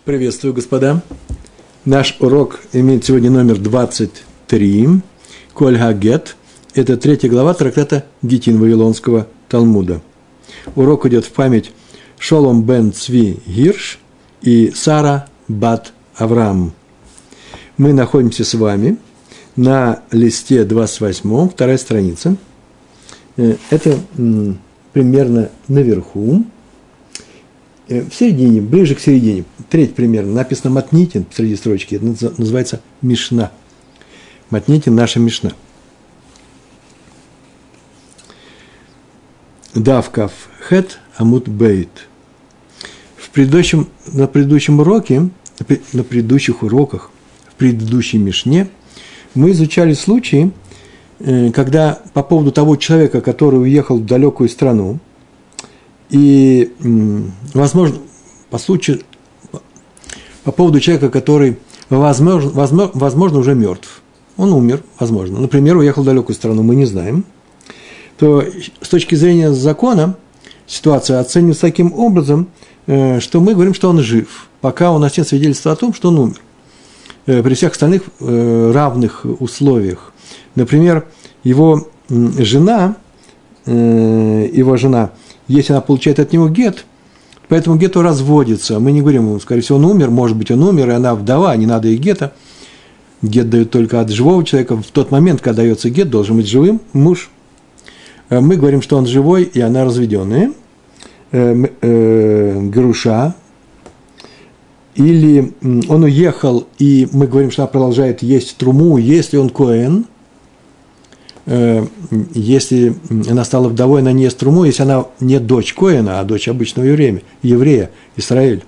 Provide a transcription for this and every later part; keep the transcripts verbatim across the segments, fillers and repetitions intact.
Приветствую, господа. Наш урок имеет сегодня номер двадцать три. Коль Хагет. Это третья глава трактата Гитин Вавилонского Талмуда. Урок идет в память Шолом бен Цви Гирш и Сара бат Авраам. Мы находимся с вами на листе двадцать восемь, вторая страница. Это м, примерно наверху. В середине, ближе к середине, треть примерно, написано Матнитин среди строчки, это называется Мишна. Матнитин – наша Мишна. Давкав хет амут бейт. В предыдущем, на предыдущем уроке, на предыдущих уроках, в предыдущей Мишне мы изучали случаи, когда по поводу того человека, который уехал в далекую страну, и, возможно, по случаю, по поводу человека, который, возможно, возможно, возможно, уже мертв, он умер, возможно, например, уехал в далекую страну, мы не знаем, то с точки зрения закона ситуация оценивается таким образом, что мы говорим, что он жив, пока у нас нет свидетельства о том, что он умер, при всех остальных равных условиях. Например, его жена, его жена, если она получает от него гет, по этому гету разводится. Мы не говорим ему, скорее всего, он умер, может быть, он умер, и она вдова, не надо ей гета. Гет дают только от живого человека. В тот момент, когда дается гет, должен быть живым муж. Мы говорим, что он живой, и она разведенная. Груша. Или он уехал, и мы говорим, что она продолжает есть труму, если он коэн. Если она стала вдовой, она не ест труму, если она не дочь коэна, а дочь обычного еврея, еврея Исраэль.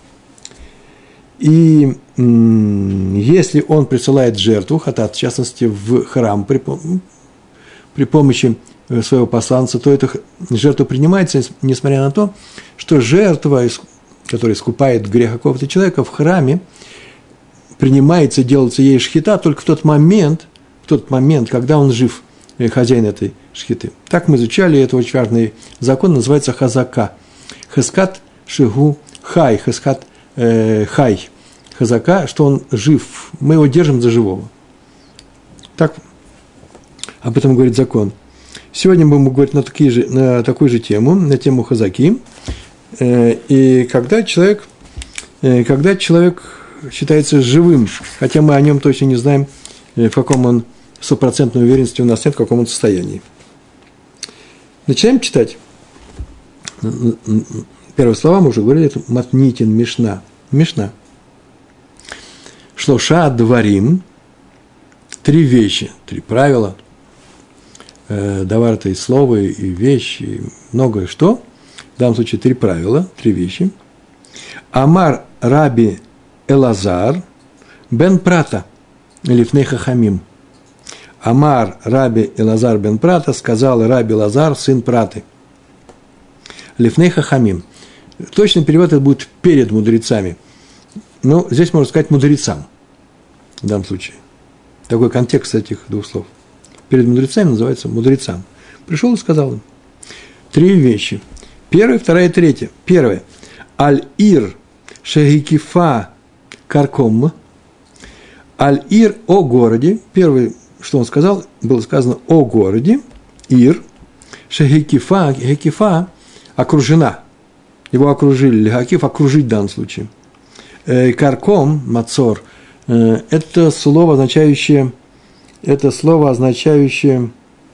И если он присылает жертву, хатат, в частности, в храм при, при помощи своего посланца, то эта жертва принимается, несмотря на то, что жертва, которая искупает грех какого-то человека, в храме принимается, делается ей шхита только в тот момент, в тот момент, когда он жив, хозяин этой шхиты. Так мы изучали, это очень важный закон, называется хазака. Хескат шигу хай, хескат э, хай. Хазака, что он жив, мы его держим за живого. Так, об этом говорит закон. Сегодня мы будем говорить на, такие же, на такую же тему, на тему хазаки. Э, и когда человек, э, когда человек считается живым, хотя мы о нем точно не знаем, э, в каком он стопроцентной уверенности у нас нет, в каком он состоянии. Начинаем читать. Первые слова мы уже говорили, это Матнитин, Мишна. Мишна. Шлоша дварим, три вещи, три правила. Давар – это и слово, и вещь, и многое что. В данном случае три правила, три вещи. Амар раби Элазар бен Прата, лифней хахамим. Амар раби Элазар бен Прата, сказал раби Элазар, сын Праты. Лифней хахамим. Точный перевод это будет перед мудрецами. Ну, здесь можно сказать мудрецам, в данном случае. Такой контекст этих двух слов. Перед мудрецами называется мудрецам. Пришел и сказал им. Три вещи. Первая, вторая, третья. Первая. Аль-ир шагикифа карком. Аль-ир о городе. Первый, что он сказал, было сказано о городе, Ир, Шагикифа, Гекифа окружена, его окружили, Гекиф окружить в данном случае. Карком, Мацор, это слово, означающее, это слово, означающее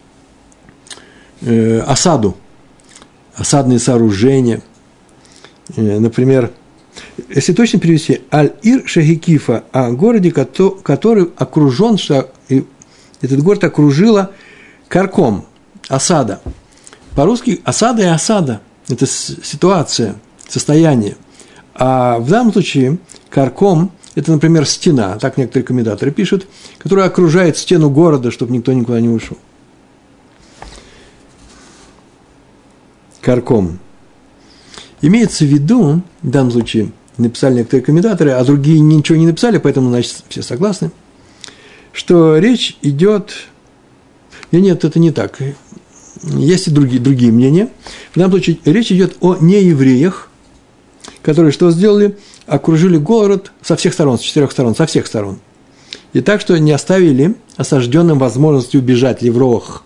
осаду, осадные сооружения, например, если точно перевести, Аль-Ир Шагикифа, о городе, который окружен, что этот город окружила карком, осада. По-русски осада и осада – это ситуация, состояние. А в данном случае карком – это, например, стена, так некоторые комментаторы пишут, которая окружает стену города, чтобы никто никуда не ушел. Карком. Имеется в виду, в данном случае, написали некоторые комментаторы, а другие ничего не написали, поэтому, значит, все согласны, что речь идет... Нет, нет, это не так. Есть и другие, другие мнения. В данном случае речь идет о неевреях, которые что сделали? Окружили город со всех сторон, с четырех сторон, со всех сторон. И так, что не оставили осажденным возможности убежать, леврох.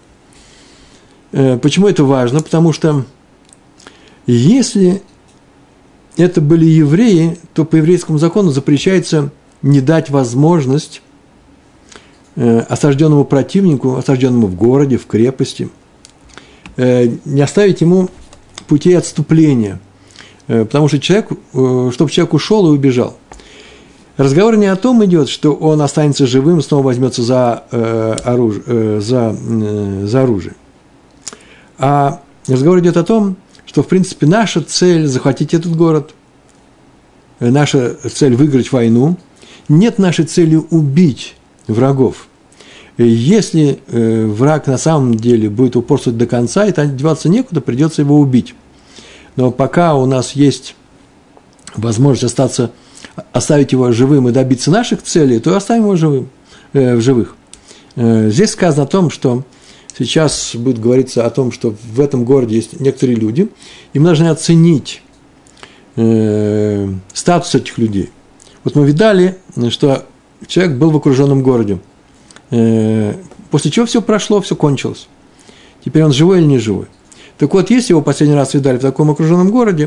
Почему это важно? Потому что если это были евреи, то по еврейскому закону запрещается не дать возможность осажденному противнику, осажденному в городе, в крепости, не оставить ему путей отступления, потому что человек, чтобы человек ушел и убежал. Разговор не о том идет, что он останется живым и снова возьмется за, э, оружие, э, за, э, за оружие. А разговор идет о том, что, в принципе, наша цель – захватить этот город, наша цель – выиграть войну. Нет нашей цели убить врагов. Если э, враг на самом деле будет упорствовать до конца, и там деваться некуда, придется его убить. Но пока у нас есть возможность остаться, оставить его живым и добиться наших целей, то оставим его живым, э, в живых. Э, здесь сказано о том, что сейчас будет говориться о том, что в этом городе есть некоторые люди, и мы должны оценить э, статус этих людей. Вот мы видали, что человек был в окруженном городе, э, после чего все прошло, все кончилось. Теперь он живой или не живой? Так вот, если его последний раз видали в таком окруженном городе,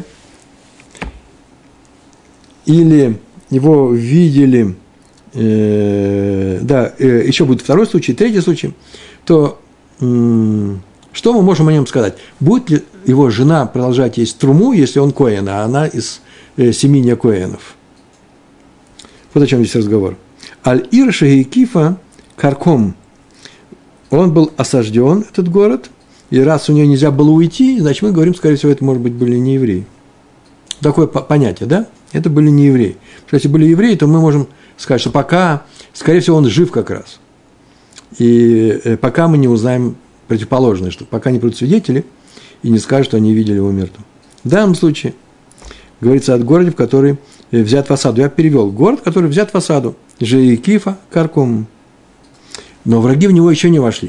или его видели, э, да, э, еще будет второй случай, третий случай, то э, что мы можем о нем сказать? Будет ли его жена продолжать есть труму, если он коэн, а она из э, семьи коэнов? Вот о чем здесь разговор. Аль-Ир Шагикифа Карком. Он был осажден, этот город, и раз у нее нельзя было уйти, значит, мы говорим, скорее всего, это, может быть, были не евреи. Такое понятие, да? Это были не евреи. Потому что если были евреи, то мы можем сказать, что пока, скорее всего, он жив как раз. И пока мы не узнаем противоположное, что пока не придут свидетели и не скажут, что они видели его мертвым. В данном случае говорится о городе, в который взят в осаду. Я перевел. Город, который взят в осаду. Жеикифа Карком. Но враги в него еще не вошли.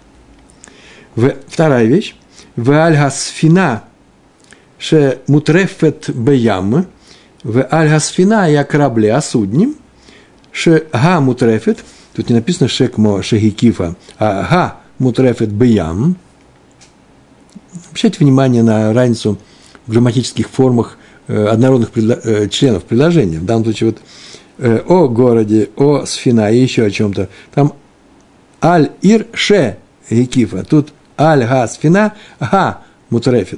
Вторая вещь. В аль-гасфина ше мутрефет беям. В аль-гасфина и о корабле, о судне. Ше га мутрефет. Тут не написано шекмо шегикифа, а га мутрефет беям. Обращайте внимание на разницу в грамматических формах однородных предло- членов предложения. В данном случае вот о городе, о сфина и еще о чем-то. Там аль-ир ше гикифа. Тут аль-га сфина, га мутрефет.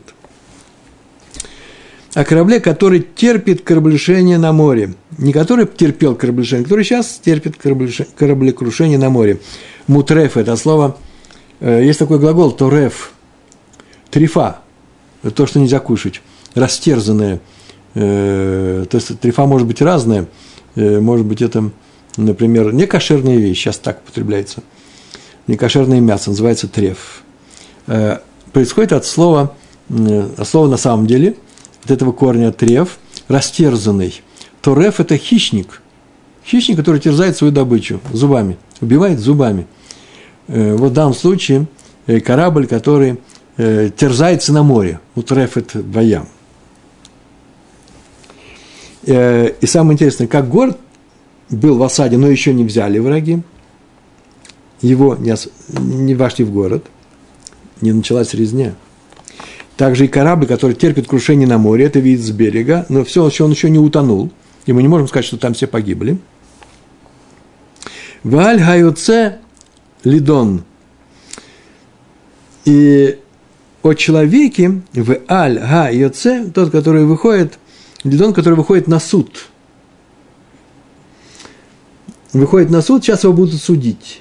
О корабле, который терпит кораблекрушение на море. Не который терпел кораблекрушение, который сейчас терпит кораблекрушение на море. Мутреф – это слово, есть такой глагол тореф, трифа, то, что нельзя кушать, растерзанное. То есть трифа может быть разная, может быть это, например, некошерная вещь, сейчас так употребляется, некошерное мясо, называется треф. Происходит от слова, от слова на самом деле, от этого корня треф, растерзанный. Тореф – это хищник, хищник, который терзает свою добычу зубами, убивает зубами. Вот в данном случае корабль, который терзается на море, утрефет баям. И самое интересное, как город был в осаде, но еще не взяли враги, его не, ос... не вошли в город, не началась резня. Также и корабль, который терпит крушение на море, это видит с берега, но все, он еще не утонул, и мы не можем сказать, что там все погибли. Валь гайоце лидон. И о человеке в аль гайоце, тот, который выходит, лидон, который выходит на суд. Выходит на суд, сейчас его будут судить.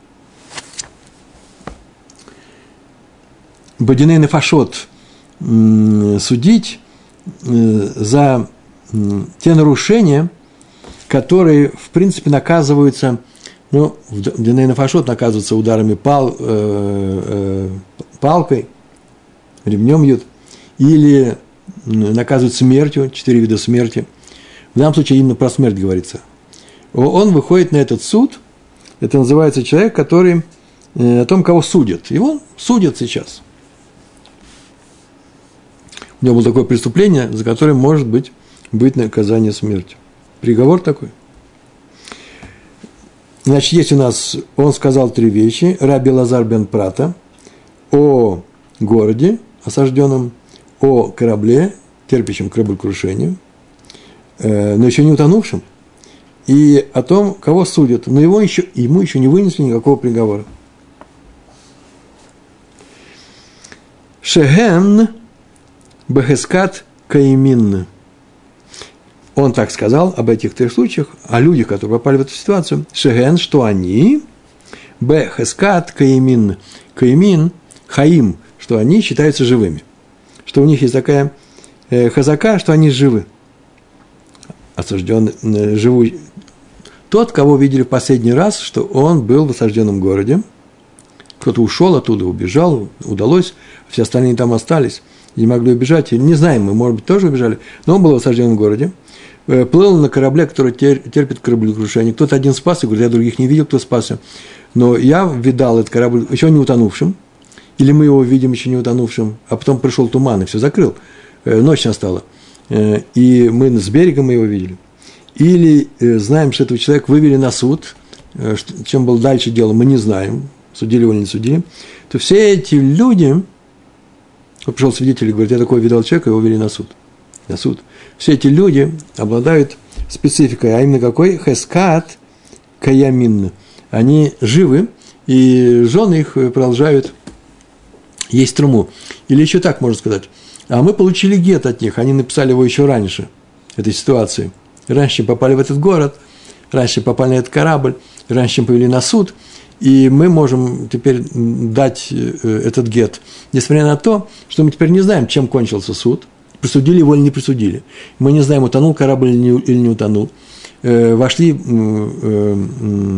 Бадиней нефашот. Судить за те нарушения, которые, в принципе, наказываются, ну, в Диней нефашот наказываются ударами пал, э, э, палкой, ремнем бьют, или наказывают смертью, четыре вида смерти. В данном случае именно про смерть говорится. Он выходит на этот суд, это называется человек, который о том, кого судят. Его судят сейчас. У него было такое преступление, за которое может быть, быть наказание смертью. Приговор такой. Значит, есть у нас, он сказал три вещи. Раби Элазар бен Прата о городе осажденном, о корабле, терпящем кораблекрушение, э, но еще не утонувшем, и о том, кого судят. Но его еще, ему еще не вынесли никакого приговора. Шеген бехескат каимин. Он так сказал об этих трех случаях, о людях, которые попали в эту ситуацию. Шеген, что они, бехескат каимин, каимин, хаим, что они считаются живыми. Что у них есть такая э, хазака, что они живы. Осажденный, э, живой. Тот, кого видели в последний раз, что он был в осажденном городе. Кто-то ушел оттуда, убежал, удалось, все остальные там остались, не могли убежать. Не знаем, мы, может быть, тоже убежали, но он был в осажденном городе. Плыл на корабле, который терпит кораблекрушение. Кто-то один спасся, говорит, я других не видел, кто спасся. Но я видал этот корабль еще не утонувшим, или мы его видим еще не утонувшим, а потом пришел туман и все закрыл. Ночь настала. И мы с берега мы его видели. Или знаем, что этого человека вывели на суд, чем было дальше дело, мы не знаем, судили его или не судили. То все эти люди, вот пришел свидетель и говорит, я такой видал человека, его вели на суд. На суд. Все эти люди обладают спецификой, а именно какой? Хескат каямин. Они живы, и жены их продолжают есть труму. Или еще так можно сказать. А мы получили гет от них, они написали его еще раньше, этой ситуации. Раньше, чем попали в этот город, раньше, чем попали на этот корабль, раньше, чем повели на суд, и мы можем теперь дать этот гет. Несмотря на то, что мы теперь не знаем, чем кончился суд, присудили его или не присудили. Мы не знаем, утонул корабль или не, или не утонул. Э, вошли э, э,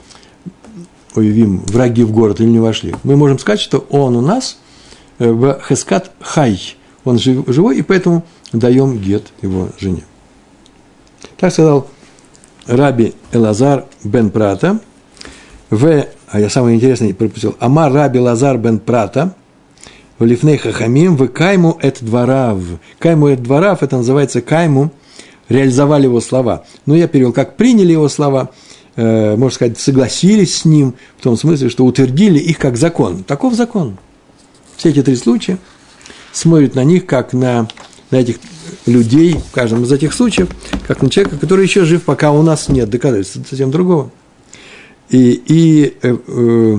уявим, враги в город или не вошли. Мы можем сказать, что он у нас в хескат хай. Он жив, живой, и поэтому даем гет его жене. Так сказал Раби Элазар бен Прата. В, а я самое интересное пропустил. Амар Раби Элазар бен Прата. В лифней хахамим в кайму эт дворав. Кайму эт дворав, это называется кайму, реализовали его слова. Но я перевел, как приняли его слова, э, можно сказать, согласились с ним, в том смысле, что утвердили их как закон. Таков закон. Все эти три случая смотрят на них, как на, на этих людей, в каждом из этих случаев, как на человека, который еще жив, пока у нас нет доказательств совсем другого. И, и э, э,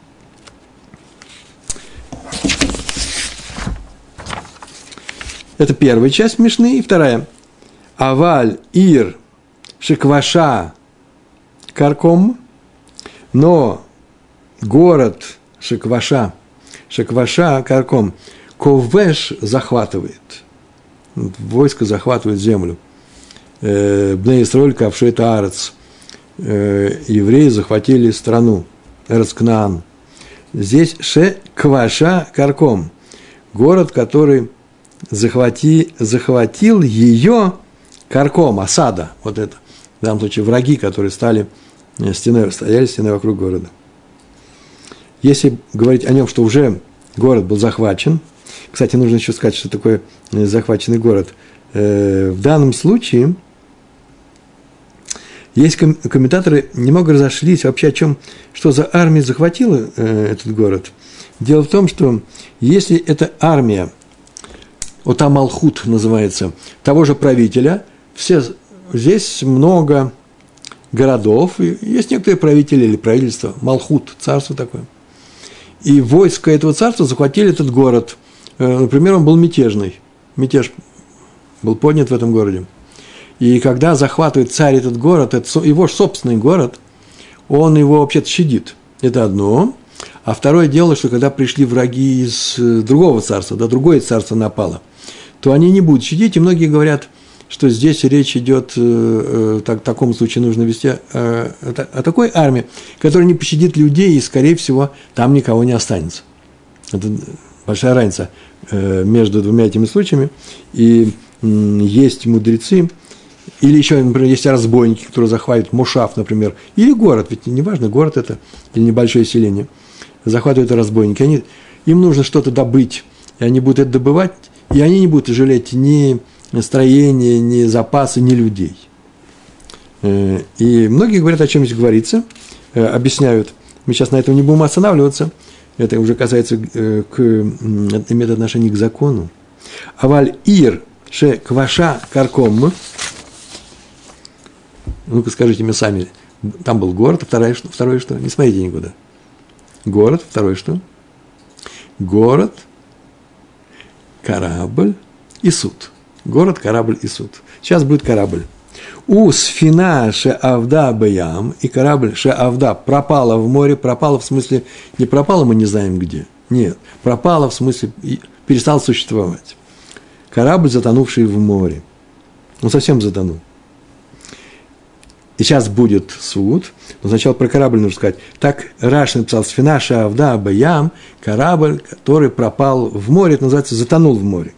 это первая часть Мишны, и вторая. Аваль, Ир, Шикваша, Карком, но город Шикваша, Шикваша, Карком, Ковеш захватывает. Войско захватывает землю. Бней Исраэль, Кавшет Арец. Евреи захватили страну. Эрец Кнаан. Здесь Шикваша, Карком. Город, который захвати, захватил ее Карком, осада, вот это, в данном случае враги, которые стали стеной, стояли стеной вокруг города. Если говорить о нем, что уже город был захвачен, кстати, нужно еще сказать, что такое захваченный город. В данном случае есть комментаторы немного разошлись вообще о чем, что за армия захватила этот город. Дело в том, что если эта армия, Ота Малхут называется, того же правителя, все, здесь много городов, и есть некоторые правители или правительства, Малхут, царство такое. И войско этого царства захватили этот город. Например, он был мятежный, мятеж был поднят в этом городе. И когда захватывает царь этот город, это его собственный город, он его вообще-то щадит. Это одно. А второе дело, что когда пришли враги из другого царства, да, другое царство напало, то они не будут щадить, и многие говорят, что здесь речь идет, э, так, в таком случае нужно вести э, о, о такой армии, которая не пощадит людей, и, скорее всего, там никого не останется. Это большая разница э, между двумя этими случаями. И э, есть мудрецы, или еще, например, есть разбойники, которые захватывают Мушав, например, или город, ведь неважно, город это или небольшое селение, захватывают разбойники, они, им нужно что-то добыть, и они будут это добывать, И они не будут жалеть ни строения, ни запасы, ни людей. И многие говорят, о чем здесь говорится, объясняют. Мы сейчас на этом не будем останавливаться. Это уже касается, к, имеет отношение к закону. Аваль ир ше кваша карком. Ну-ка скажите мне сами. Там был город, а второе что? Второе что? Не смотрите никуда. Город, второе что? Город, корабль и суд. Город, корабль и суд. Сейчас будет корабль. У сфина ше авда баям, и корабль ше авда пропала в море, пропала в смысле, не пропала, мы не знаем где, нет, пропала в смысле, перестал существовать. Корабль, затонувший в море, он совсем затонул. И сейчас будет суд, но сначала про корабль нужно сказать. Так Раши написал, сфина ше авда баям, корабль, который пропал в море, это называется, затонул в море.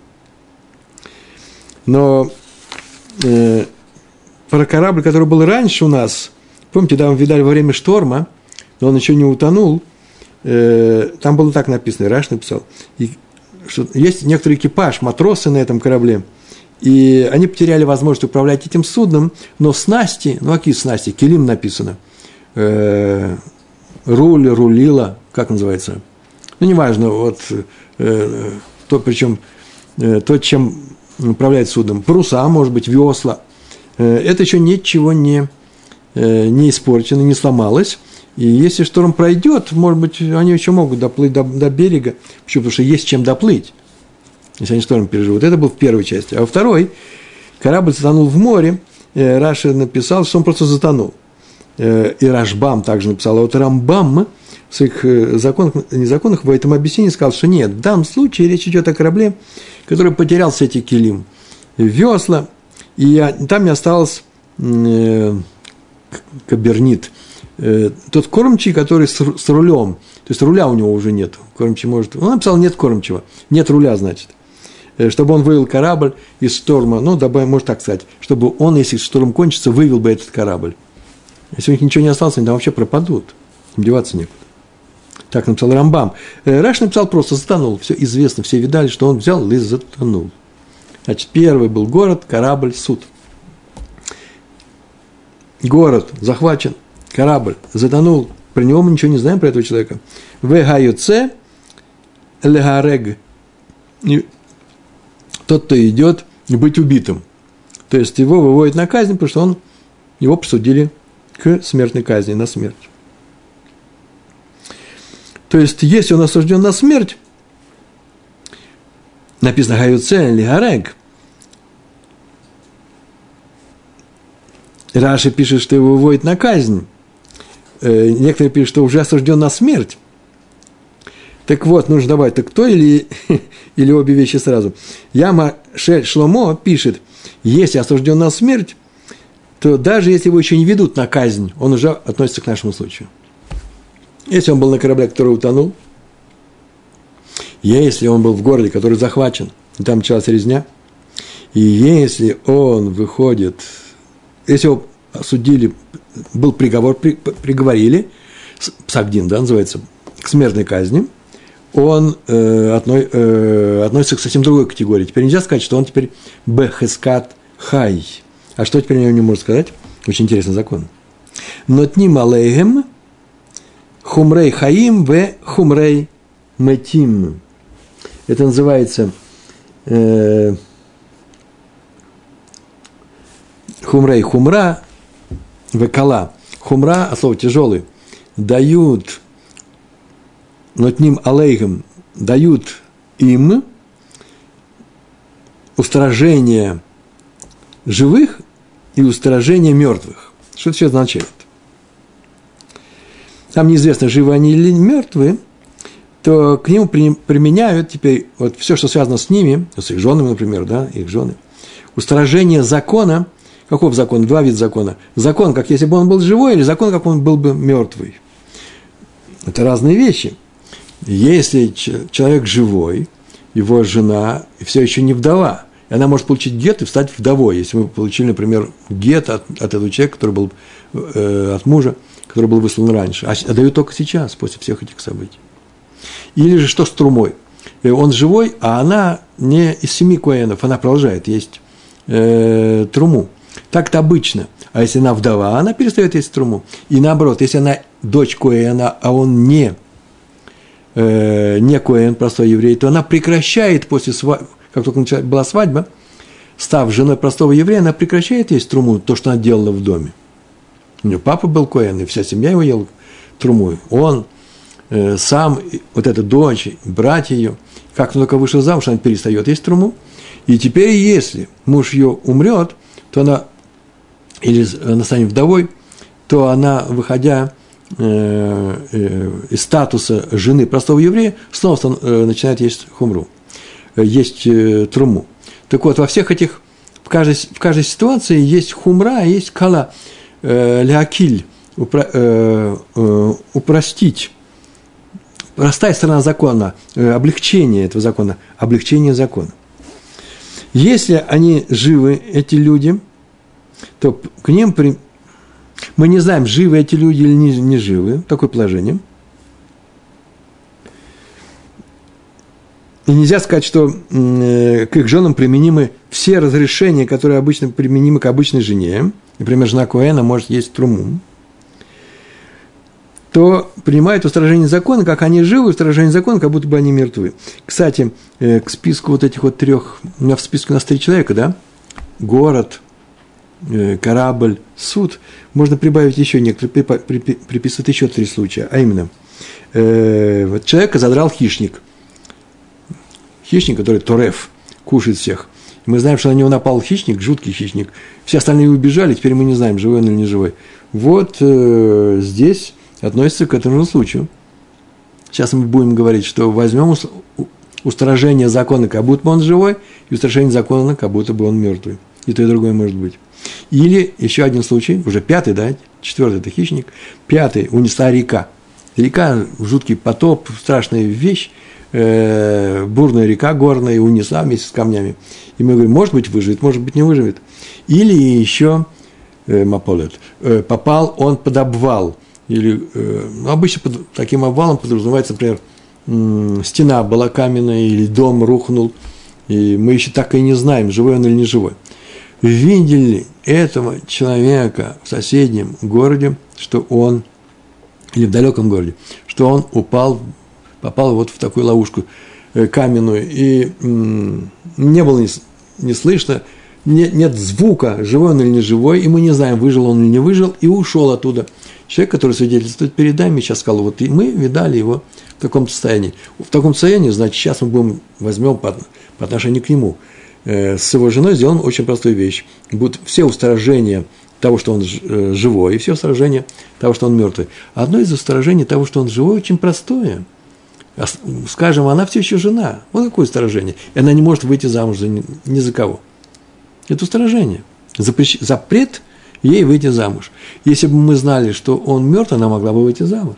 Но э, про корабль, который был раньше у нас, помните, да, мы видали во время шторма, но он еще не утонул, э, там было так написано, Раш написал, и, что есть некоторый экипаж, матросы на этом корабле, и они потеряли возможность управлять этим судном, но снасти, ну какие снасти, килим написано, э, руль, рулила, как называется, ну неважно, вот, э, то, причем, э, то, чем управляет судном, паруса, может быть, весла, это еще ничего не, не испорчено, не сломалось. И если шторм пройдет, может быть, они еще могут доплыть до, до берега. Почему? Потому что есть чем доплыть, если они шторм переживут. Это был в первой части. А во второй корабль затонул в море. Раши написал, что он просто затонул. И Рашбам также написал. А вот Рамбам в своих законах, незаконных в этом объяснении сказал, что нет, в данном случае речь идет о корабле, который потерял все эти килим, весла, и там не осталось э, кабернит, э, тот кормчий, который с, с рулем, то есть руля у него уже нет, кормчий может, он написал нет кормчего, нет руля, значит, э, чтобы он вывел корабль из шторма, ну, добавим, можно так сказать, чтобы он, если шторм кончится, вывел бы этот корабль. Если у них ничего не осталось, они там вообще пропадут, им деваться некуда. Так написал Рамбам. Раш написал просто затонул. Все известно, все видали, что он взял и затонул. Значит, первый был город, корабль, суд. Город захвачен, корабль затонул. Про него мы ничего не знаем, про этого человека. Вегаюце легарег. Тот, кто идет быть убитым. То есть его выводят на казнь, потому что он, его присудили к смертной казни, на смерть. То есть, если он осужден на смерть, написано «Гаюце лигарег», Раши пишет, что его выводят на казнь, некоторые пишут, что уже осужден на смерть. Так вот, нужно добавить, так кто или, или обе вещи сразу. Яма Шель Шломо пишет, если осужден на смерть, то даже если его еще не ведут на казнь, он уже относится к нашему случаю. Если он был на корабле, который утонул, если он был в городе, который захвачен, и там началась резня, и если он выходит, если его осудили, был приговор, при, приговорили, псагдин, да, называется, к смертной казни, он э, отно, э, относится к совсем другой категории. Теперь нельзя сказать, что он теперь бехескат хай. А что теперь о нем не можно сказать? Очень интересный закон. Нотним алейгем хумрей хаим ве хумрей метим. Это называется э, хумрей хумра ве кала. Хумра, а слово тяжелый, дают, нотним алейгем, дают им устражение живых и устражение мертвых. Что это все означает? Там неизвестно, живы они или мертвые, то к нему применяют теперь вот все, что связано с ними, с их женами, например, да, их жены, устражение закона. Какого закона? Два вида закона. Закон, как если бы он был живой, или закон, как он был бы мертвый. Это разные вещи. Если человек живой, его жена все еще не вдова, и она может получить гет и стать вдовой. Если мы получили, например, гет от, от этого человека, который был э, от мужа, который был выслан раньше, а дают только сейчас, после всех этих событий. Или же что с трумой? он живой, а она не из семи коэнов, она продолжает есть э, труму. Так-то обычно. А если она вдова, она перестает есть труму. И наоборот, если она дочь коэна, а он не, э, не коэн, простой еврей, то она прекращает после свадьбы, как только была свадьба, став женой простого еврея, она прекращает есть труму, то, что она делала в доме. У нее папа был коэн, и вся семья его ела труму. Он э, сам, вот эта дочь, братья ее, как только вышел замуж, она перестает есть труму. И теперь, если муж ее умрет, то она, или она станет вдовой, то она, выходя э, э, из статуса жены простого еврея, снова стан, э, начинает есть хумру, э, есть э, труму. Так вот, во всех этих, в каждой, в каждой ситуации есть хумра, а есть кала, э, леакиль, упро, э, э, упростить. Простая сторона закона, э, облегчение этого закона, облегчение закона. Если они живы, эти люди, то к ним, при... мы не знаем, живы эти люди или не, не живы, такое положение. И нельзя сказать, что э, к их женам применимы все разрешения, которые обычно применимы к обычной жене. Например, жена коэна может есть труму. То принимают устражение закона, как они живы, устражение закона, как будто бы они мертвы. Кстати, э, к списку вот этих вот трех, у меня в списке у нас три человека, да? Город, э, корабль, суд. Можно прибавить еще некоторые, приписывать еще три случая. А именно, э, вот человека задрал хищник. Хищник, который тореф, кушает всех. Мы знаем, что на него напал хищник, жуткий хищник. Все остальные убежали, теперь мы не знаем, живой он или не живой. Вот э, здесь относится к этому же случаю. Сейчас мы будем говорить, что возьмем устражение закона, как будто бы он живой, и устражение закона, как будто бы он мертвый. И то, и другое может быть. Или еще один случай, уже пятый, да, четвертый – это хищник, пятый – унесла река. Река, жуткий потоп, страшная вещь, э, бурная река горная, унесла вместе с камнями. И мы говорим, может быть, выживет, может быть, не выживет. Или еще э, маполет, э, попал он под обвал. Или, э, ну, обычно под таким обвалом подразумевается, например, э, стена была каменная, или дом рухнул, и мы еще так и не знаем, живой он или не живой. Видели этого человека в соседнем городе, что он, или в далеком городе, что он упал, попал вот в такую ловушку э, каменную, и э, не было не, не слышно, не, нет звука, живой он или не живой, и мы не знаем, выжил он или не выжил, и ушел оттуда. Человек, который свидетельствует перед нами, сейчас сказал, вот и мы видали его в таком состоянии. В таком состоянии, значит, сейчас мы будем, возьмем по, по отношению к нему, э, с его женой сделаем очень простую вещь. Будут все устражения того, что он э, живой, и все устражения того, что он мертвый. Одно из устражений того, что он живой, очень простое. Скажем, она все еще жена. Вот какое устражение. И она не может выйти замуж за ни, ни за кого. Это устражение. Запрещ, запрет ей выйти замуж. Если бы мы знали, что он мертв, она могла бы выйти замуж.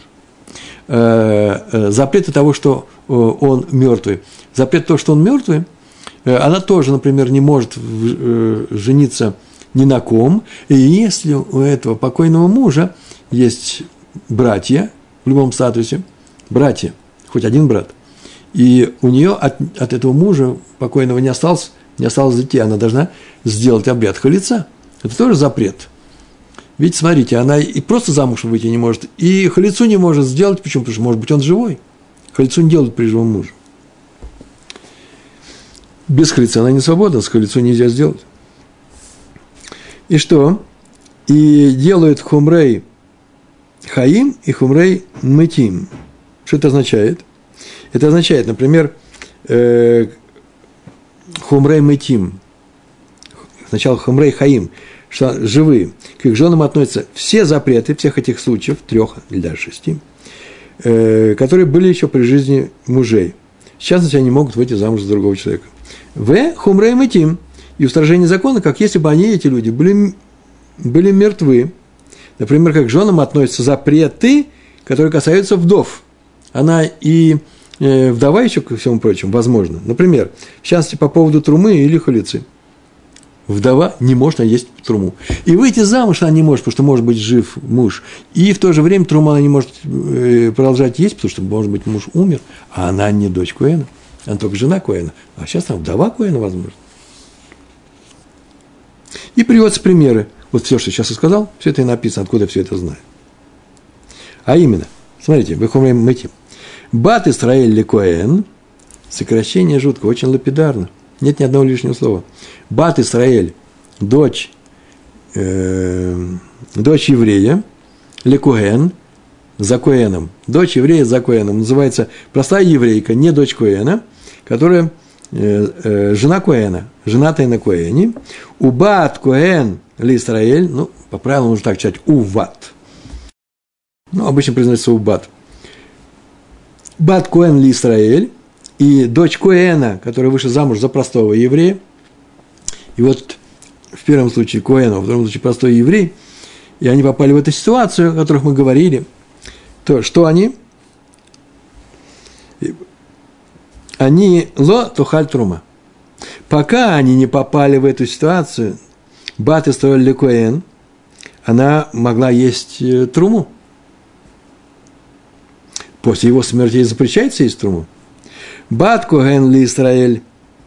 Запреты того, что он мертвый. Запрет того, что он мертвый, она тоже, например, не может жениться ни на ком. И если у этого покойного мужа есть братья, в любом статусе, братья, хоть один брат, и у нее от, от этого мужа покойного не осталось, не осталось детей, она должна сделать обряд халица. Это тоже запрет. Видите, смотрите, она и просто замуж выйти не может, и халицу не может сделать. Почему? Потому что, может быть, он живой. Халицу не делают при живом муже. Без халица она не свободна, с халицу нельзя сделать. И что? И делают хумрей хаим и хумрей мытим. Что это означает? Это означает, например, э, хумрей мытим. Сначала хумрей хаим, что живые. К их женам относятся все запреты всех этих случаев, трех или даже шести, э, которые были еще при жизни мужей. В частности, они могут выйти замуж за другого человека. В хумрей мытим. И устражение закона, как если бы они, эти люди, были, были мертвы. Например, как к женам относятся запреты, которые касаются вдов. Она и э, вдова еще, ко всему прочему, возможно. Например, в частности, по поводу трумы или халицы. Вдова не может есть труму. И выйти замуж она не может, потому что может быть жив муж. И в то же время труму она не может продолжать есть, потому что, может быть, муж умер, а она не дочь коэна. Она только жена Коэна. А сейчас там вдова Коэна, возможно. И приводятся примеры. Вот все, что сейчас я сказал, все это и написано, откуда я все это знаю. А именно, смотрите, выходим мы эти. Бат Исраэль ле Коэн, сокращение жутко, очень лапидарно. Нет ни одного лишнего слова. Бат Исраэль, дочь, э, дочь еврея, ле Коэн, за Коэном. Дочь еврея за Коэном. Называется простая еврейка, не дочь Коэна, которая э, э, жена Коэна, женатая на Коэне. Убат Коэн ли Исраэль, ну, по правилам нужно так читать, уват. Ну, обычно произносится убат. Бат Коэн ли Исраэль, и дочь Коэна, которая вышла замуж за простого еврея. И вот в первом случае Коэна, во втором случае простой еврей, и они попали в эту ситуацию, о которых мы говорили, то что они? Они ло тухаль трума. Пока они не попали в эту ситуацию, бат Исраэль ле Коэн, она могла есть труму. После его смерти ей запрещается есть труму. Бат Коэн ли Исраэль,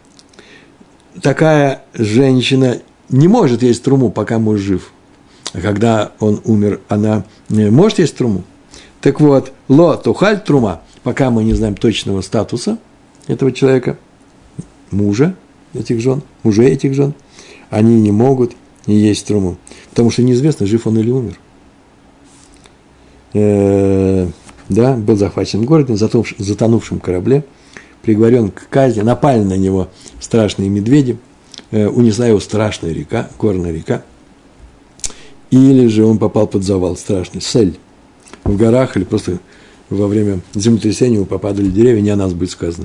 такая женщина не может есть труму, пока муж жив. А когда он умер, она может есть труму. Так вот, ло тухаль трума, пока мы не знаем точного статуса этого человека, мужа этих жен, мужей этих жен, они не могут не есть труму, потому что неизвестно, жив он или умер. Э-э- да, был захвачен в городе, на затонувшем корабле, приговорен к казни, напали на него страшные медведи, э- унесла его страшная река, горная река, или же он попал под завал страшный, сель. В горах или просто во время землетрясения его попадали деревья, не о нас будет сказано.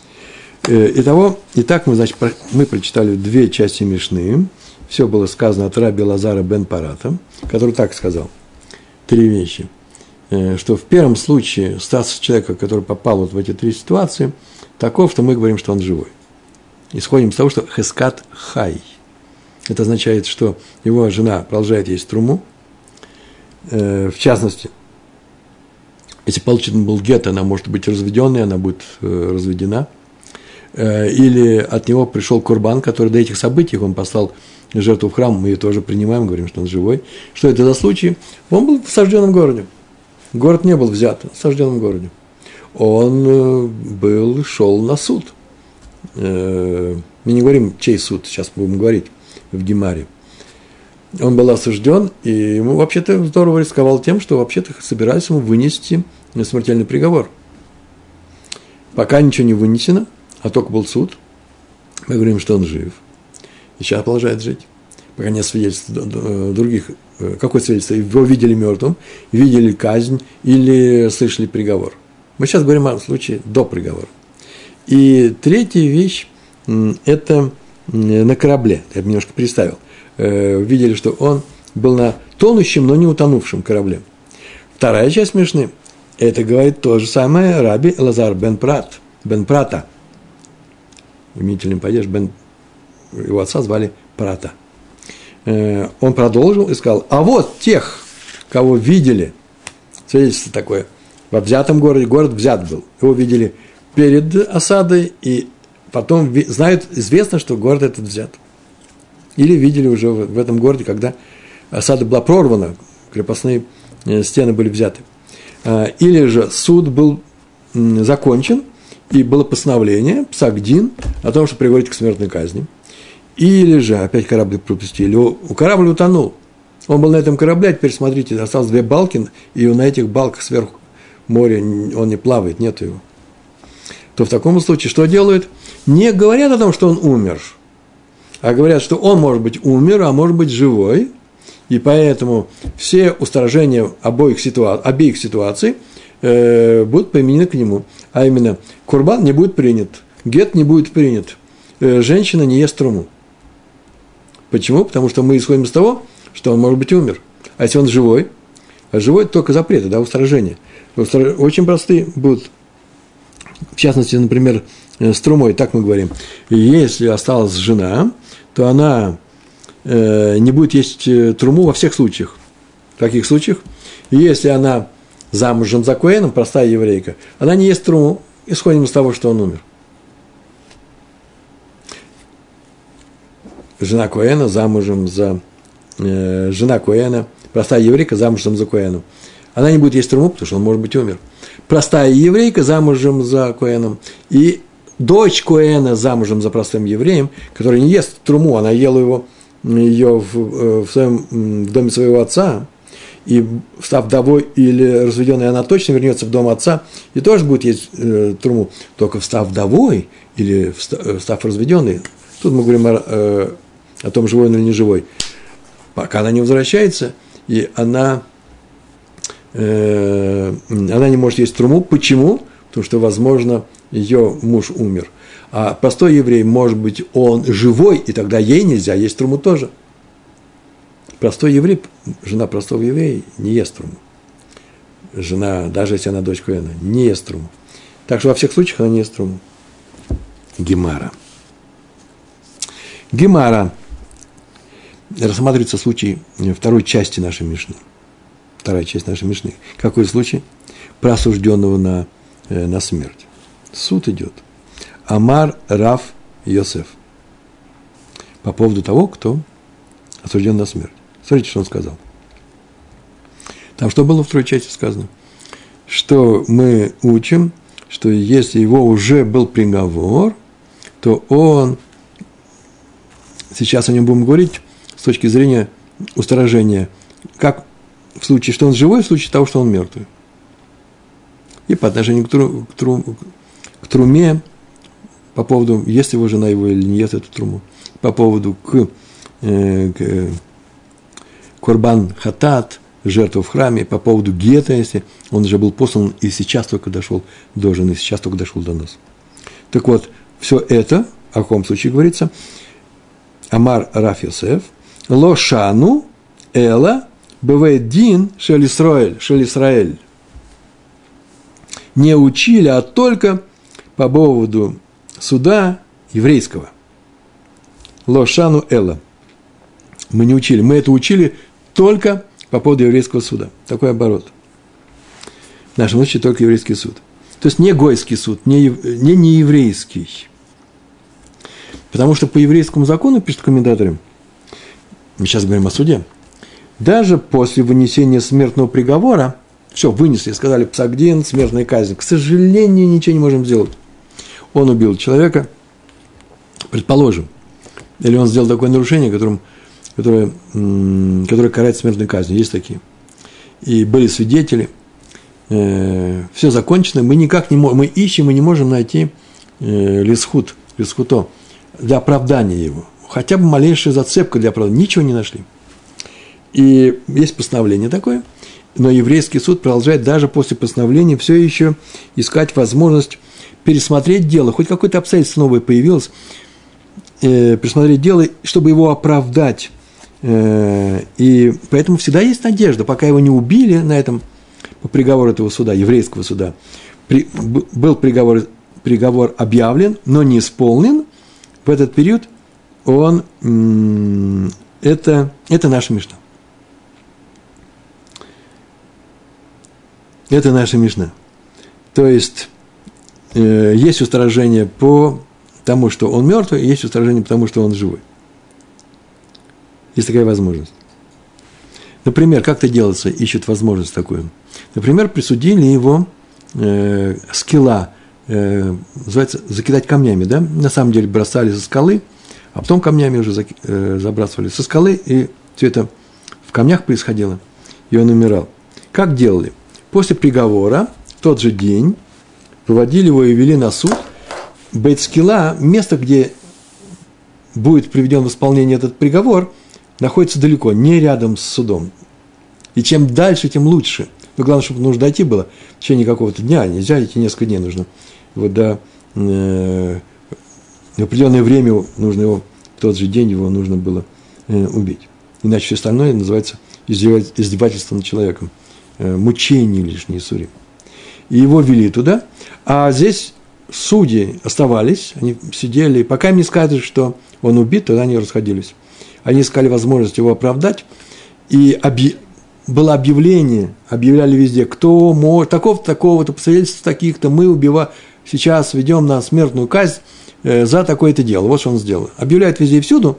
Итого, итак, мы, значит, мы прочитали две части Мишны. Все было сказано от раби Лазара бен Парата, который так сказал. Три вещи. Что в первом случае статус человека, который попал вот в эти три ситуации, таков, что мы говорим, что он живой. Исходим из того, что хескат хай. Это означает, что его жена продолжает есть труму. В частности, если получен был гет, она может быть разведенной, она будет э, разведена. Э, или от него пришел курбан, который до этих событий, он послал жертву в храм, мы ее тоже принимаем, говорим, что он живой. Что это за случай? Он был в сожженном городе. Город не был взят, в сожженном городе. Он э, был, шел на суд. Э, мы не говорим, чей суд, сейчас будем говорить в Гемаре. Он был осужден, и ему вообще-то здорово рисковал тем, что вообще-то собирались ему вынести смертельный приговор. Пока ничего не вынесено, а только был суд, мы говорим, что он жив, и сейчас продолжает жить. Пока нет свидетельств других. Какое свидетельство? Его видели мертвым, видели казнь или слышали приговор. Мы сейчас говорим о случае до приговора. И третья вещь – это на корабле. Я немножко представил. Видели, что он был на тонущем, но не утонувшем корабле. Вторая часть Мишны, это говорит то же самое раби Лазар бен Прат, бен Прата. Именительный падеж, бен, его отца звали Прата. Он продолжил и сказал, а вот тех, кого видели, свидетельство такое, во взятом городе, город взят был, его видели перед осадой, и потом знают, известно, что город этот взят. Или видели уже в этом городе, когда осада была прорвана, крепостные стены были взяты. Или же суд был закончен, и было постановление, псагдин, о том, что приводит к смертной казни. Или же опять корабль пропустили, у корабль утонул. Он был на этом корабле, а теперь, смотрите, осталось две балки, и на этих балках сверху море, он не плавает, нету его. То в таком случае что делают? Не говорят о том, что он умер, а говорят, что он, может быть, умер, а может быть, живой, и поэтому все устражения обоих ситуа- обеих ситуаций э, будут применены к нему. А именно, курбан не будет принят, гет не будет принят, э, женщина не ест труму. Почему? Потому что мы исходим из того, что он, может быть, умер. А если он живой, а живой только запреты, да, устражения. Очень простые будут. В частности, например, с трумой, так мы говорим. Если осталась жена, то она э, не будет есть труму во всех случаях. В каких случаях? Если она замужем за коэном, простая еврейка, она не ест труму, исходим из того, что он умер. жена Коэна замужем за... Э, жена Коэна, простая еврейка замужем за Коэном. Она не будет есть труму, потому что он, может быть, умер. Простая еврейка замужем за Коэном. И дочь Коэна замужем за простым евреем, который не ест труму, она ела его, ее в, в, своем, в доме своего отца, и став вдовой или разведенной, она точно вернется в дом отца и тоже будет есть э, труму. Только встав вдовой или став разведенной, тут мы говорим о, э, о том, живой он или не живой, пока она не возвращается, и она, э, она не может есть труму. Почему? Потому что, возможно, ее муж умер. А простой еврей, может быть, он живой, и тогда ей нельзя есть труму тоже. Простой еврей, жена простого еврея не ест труму. Жена, даже если она дочь Коэна, не ест труму. Так что во всех случаях она не ест труму. Гемара. Гемара. Рассматривается случай второй части нашей Мишны. Вторая часть нашей Мишны. Какой случай? Про осужденного на, э, на смерть. Суд идет. Амар Рав Йосеф. По поводу того, кто осужден на смерть. Смотрите, что он сказал. Там что было в второй части сказано? Что мы учим, что если его уже был приговор, то он, сейчас о нем будем говорить, с точки зрения устражения, как в случае, что он живой, в случае того, что он мертвый. И по отношению к, тру, к, тру, к труме, по поводу, ест его жена его или не ест эту труму, по поводу к, э, к Корбан Хатат, жертву в храме, по поводу гета, если он уже был послан и сейчас только дошел до жены, сейчас только дошел до нас. Так вот, все это, о каком случае говорится, Амар Рав Йосеф, Лошану Эла бывает дин шель Исраэль, шель Исраэль. Не учили, а только по поводу суда еврейского. Лошану Эла. Мы не учили. Мы это учили только по поводу еврейского суда. Такой оборот. В нашем случае только еврейский суд. То есть не гойский суд, не, не нееврейский. Потому что по еврейскому закону, пишут комментаторы, мы сейчас говорим о суде, даже после вынесения смертного приговора, все, вынесли, сказали псагдин, смертная казнь, к сожалению, ничего не можем сделать. Он убил человека, предположим, или он сделал такое нарушение, которым, которое, которое карает смертной казнью, есть такие. И были свидетели, э, все закончено, мы никак не можем, мы ищем и не можем найти э, лисхут, лисхуто, для оправдания его. Хотя бы малейшая зацепка для оправдания. Ничего не нашли. И есть постановление такое, но еврейский суд продолжает даже после постановления все еще искать возможность пересмотреть дело, хоть какое-то обстоятельство новое появилось, э, пересмотреть дело, чтобы его оправдать. Э, и поэтому всегда есть надежда, пока его не убили на этом, по приговору этого суда, еврейского суда, при, был приговор, приговор объявлен, но не исполнен, в этот период он, это, это наша Мишна. Это наша Мишна. То есть, э, есть устражение по тому, что он мертвый, и есть устражение по тому, что он живой. Есть такая возможность. Например, как это делается, ищут возможность такую. Например, присудили его э, скилла, э, называется, закидать камнями, да? На самом деле бросали со скалы, а потом камнями уже заки, э, забрасывали со скалы, и все это в камнях происходило, и он умирал. Как делали? После приговора, в тот же день, выводили его и вели на суд. Бейт-скилла, место, где будет приведен в исполнение этот приговор, находится далеко, не рядом с судом. И чем дальше, тем лучше. Но главное, чтобы нужно дойти было в течение какого-то дня, нельзя идти несколько дней нужно. Вот до э, в определенное время нужно его, в тот же день его нужно было э, убить. Иначе все остальное называется издевательством над человеком. Мучение лишние сури. И его вели туда, а здесь судьи оставались, они сидели, пока им не сказали, что он убит, тогда они расходились. Они искали возможность его оправдать, и объ... было объявление, объявляли везде, кто может, такого-то, такого-то, по свидетельству таких-то, мы убиваем, сейчас ведем на смертную казнь э, за такое-то дело. Вот что он сделал. Объявляют везде и всюду,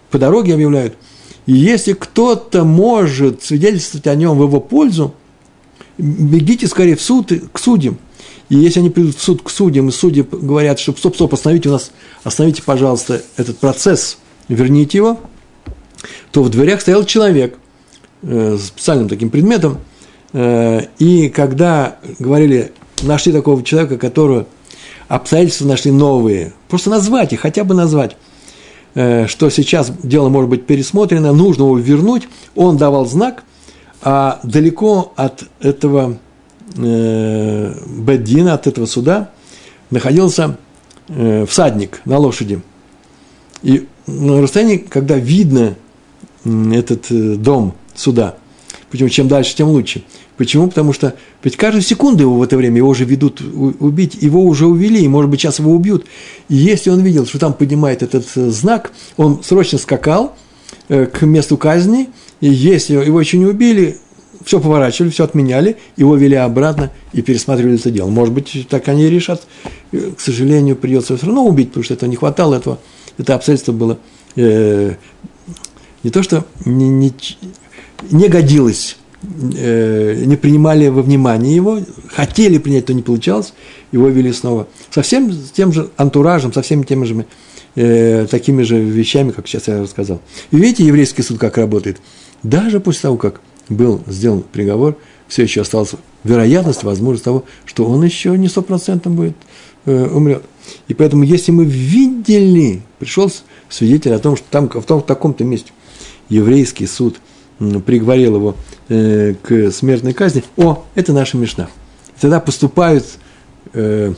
по дороге объявляют. И если кто-то может свидетельствовать о нем в его пользу, бегите скорее в суд, к судьям. И если они придут в суд к судьям, и судьи говорят, что стоп, стоп, остановите у нас, остановите, пожалуйста, этот процесс, верните его, то в дверях стоял человек э, с специальным таким предметом, э, и когда говорили, нашли такого человека, которого обстоятельства нашли новые, просто назвать их, хотя бы назвать, э, что сейчас дело может быть пересмотрено, нужно его вернуть, он давал знак, а далеко от этого э, бет-дина, от этого суда находился э, всадник на лошади. И на расстоянии, когда видно этот дом суда, причем чем дальше, тем лучше. Почему? Потому что ведь каждую секунду его в это время, его уже ведут убить, его уже увели, и, может быть, сейчас его убьют. И если он видел, что там поднимает этот знак, он срочно скакал к месту казни, и если его еще не убили, все поворачивали, все отменяли, его вели обратно и пересматривали это дело. Может быть, так они решат. К сожалению, придется все равно убить, потому что этого не хватало, этого, это обстоятельство было э, не то, что не, не, не годилось, э, не принимали во внимание его, хотели принять, то не получалось, его вели снова. Совсем с тем же антуражем, со всеми теми же э, такими же вещами, как сейчас я рассказал. И видите, еврейский суд как работает. Даже после того, как был сделан приговор, все еще осталась вероятность, возможность того, что он еще не стопроцентно будет э, умрет. И поэтому, если мы видели, пришел свидетель о том, что там, в, том, в таком-то месте еврейский суд э, приговорил его э, к смертной казни, о, это наша Мишна. И тогда поступают э,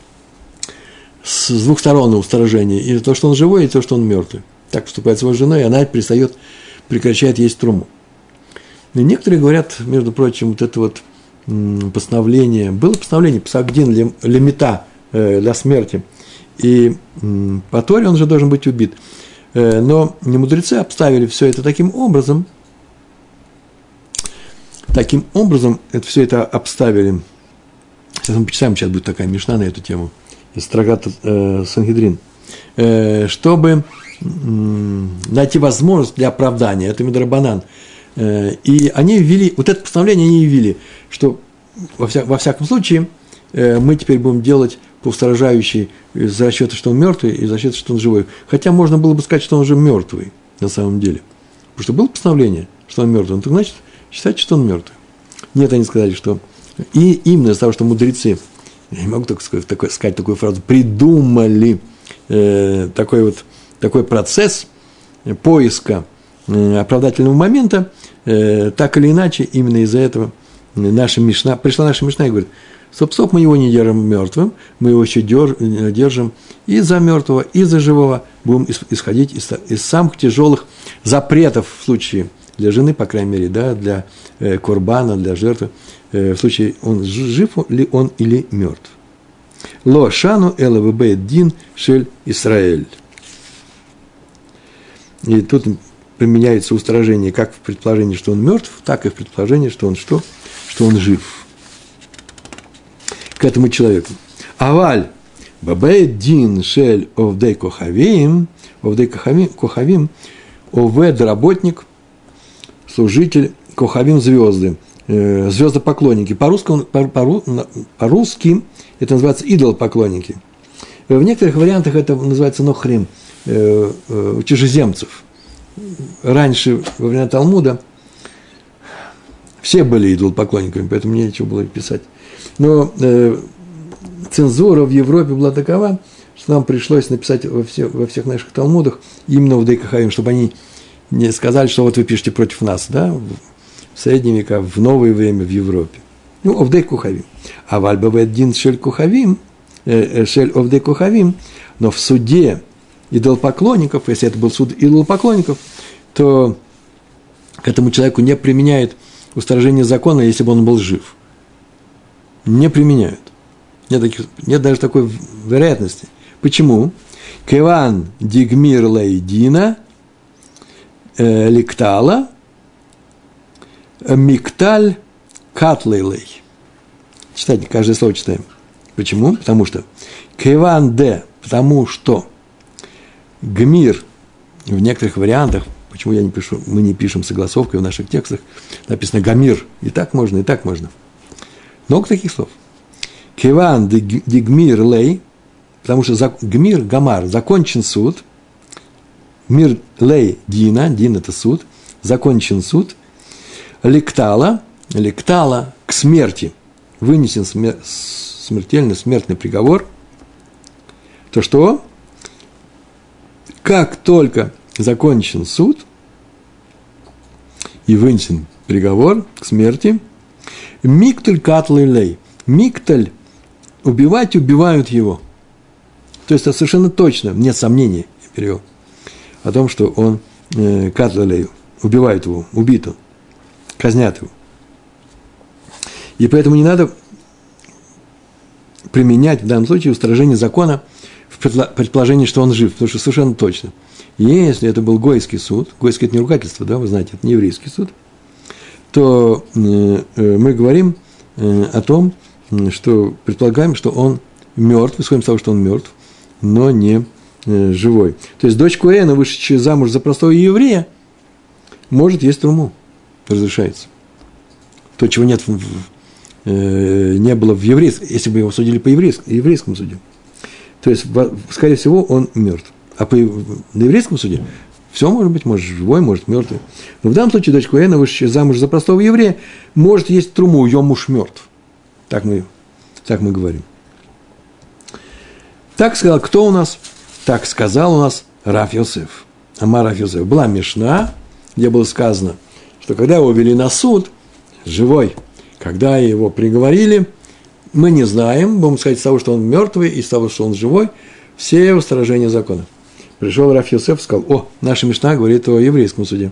с двух сторон устражения, и то, что он живой, и то, что он мертвый. Так поступает с его женой, и она перестает, прекращает есть труму. И некоторые говорят, между прочим, вот это вот м, постановление, было постановление, псагдин лимита э, для смерти, и м, по Торе он же должен быть убит. Э, но мудрецы обставили все это таким образом, таким образом, это, все это обставили, сейчас мы почитаем, сейчас будет такая мишна на эту тему, из трактата э, Сангедрин, э, чтобы м, найти возможность для оправдания, это мидрабанан. И они ввели, вот это постановление они ввели, что во, вся, во всяком случае мы теперь будем делать по устражающей из расчета, что он мертвый, и из расчета, что он живой. Хотя можно было бы сказать, что он уже мертвый на самом деле. Потому что было постановление, что он мертвый, ну, так значит, считайте, что он мертвый. Нет, они сказали, что и именно из-за того, что мудрецы, я не могу только сказать, такой, сказать такую фразу, придумали э, такой вот такой процесс поиска оправдательного момента, э, так или иначе, именно из-за этого наша Мишна, пришла наша Мишна и говорит, стоп-стоп, мы его не держим мертвым, мы его еще держим и за мертвого, и за живого, будем исходить из, из самых тяжелых запретов в случае для жены, по крайней мере, да, для э, курбана, для жертвы, э, в случае, он жив ли он или мертв. Ло шану элавбе дин шель Исраэль. И тут применяется устражение как в предположении, что он мертв, так и в предположении, что он что? Что он жив. К этому человеку. Аваль бабей дин шель овдей кохавим, овдей кохавим, овед работник, служитель кохавим звезды, э, звездопоклонники. По-русски, по-русски это называется идолопоклонники. В некоторых вариантах это называется нохрим, э, э, чужеземцев. Раньше, во время Талмуда, все были идолопоклонниками, поэтому мне нечего было писать. Но э, цензура в Европе была такова, что нам пришлось написать во, все, во всех наших Талмудах именно в Дейкахавим, чтобы они не сказали, что вот вы пишете против нас, да, в средние века, в новое время в Европе. Ну, овдей кухавим. А вальбавэддин шель кухавим, шель овдей кухавим, но в суде идолопоклонников, если это был суд идолопоклонников, то к этому человеку не применяют устражение закона, если бы он был жив. Не применяют. Нет, таких, нет даже такой вероятности. Почему? Кеван дигмир лейдина э, ликтала микталь катлейлей. Читайте, каждое слово читаем. Почему? Потому что Кеван де, потому что Гмир, в некоторых вариантах, почему я не пишу, мы не пишем согласовкой в наших текстах, написано гамир. И так можно, и так можно. Много таких слов. Киван дигмир лей, потому что гмир, гамар, закончен суд. Мир лей дина, дин это суд, закончен суд. Лектала, лектала к смерти, вынесен смер, смертельный смертный приговор. То что? Как только закончен суд и вынесен приговор к смерти, микталь катлы лей, микталь, убивать убивают его. То есть это совершенно точно, нет сомнений, я перевел, о том, что он э, катлы лей, убивает его, убит он, казнят его. И поэтому не надо применять в данном случае устражение закона в предположении, что он жив, потому что совершенно точно. Если это был гойский суд, гойский – это не ругательство, да, вы знаете, это не еврейский суд, то э, мы говорим э, о том, что предполагаем, что он мертв, исходим из того, что он мертв, но не э, живой. То есть дочь Коэна, вышедшая замуж за простого еврея, может есть труму, разрешается. То, чего нет, в, э, не было в еврейском, если бы его судили по еврейскому, еврейскому суде. То есть, скорее всего, он мертв. А по, на еврейском суде все может быть, может живой, может мертвый. Но в данном случае дочь Коэна, вышедшая замуж за простого еврея, может есть труму, ее муж мертв. Так мы, так мы говорим. Так сказал, кто у нас? Так сказал у нас Рав Йосеф. Амар Рав Йосеф. Была мишна, где было сказано, что когда его вели на суд, живой, когда его приговорили, мы не знаем, будем сказать, из того, что он мертвый, и из того, что он живой, все устражения закона. Пришел Рав Йосеф и сказал: о, наша мишна говорит о еврейском суде.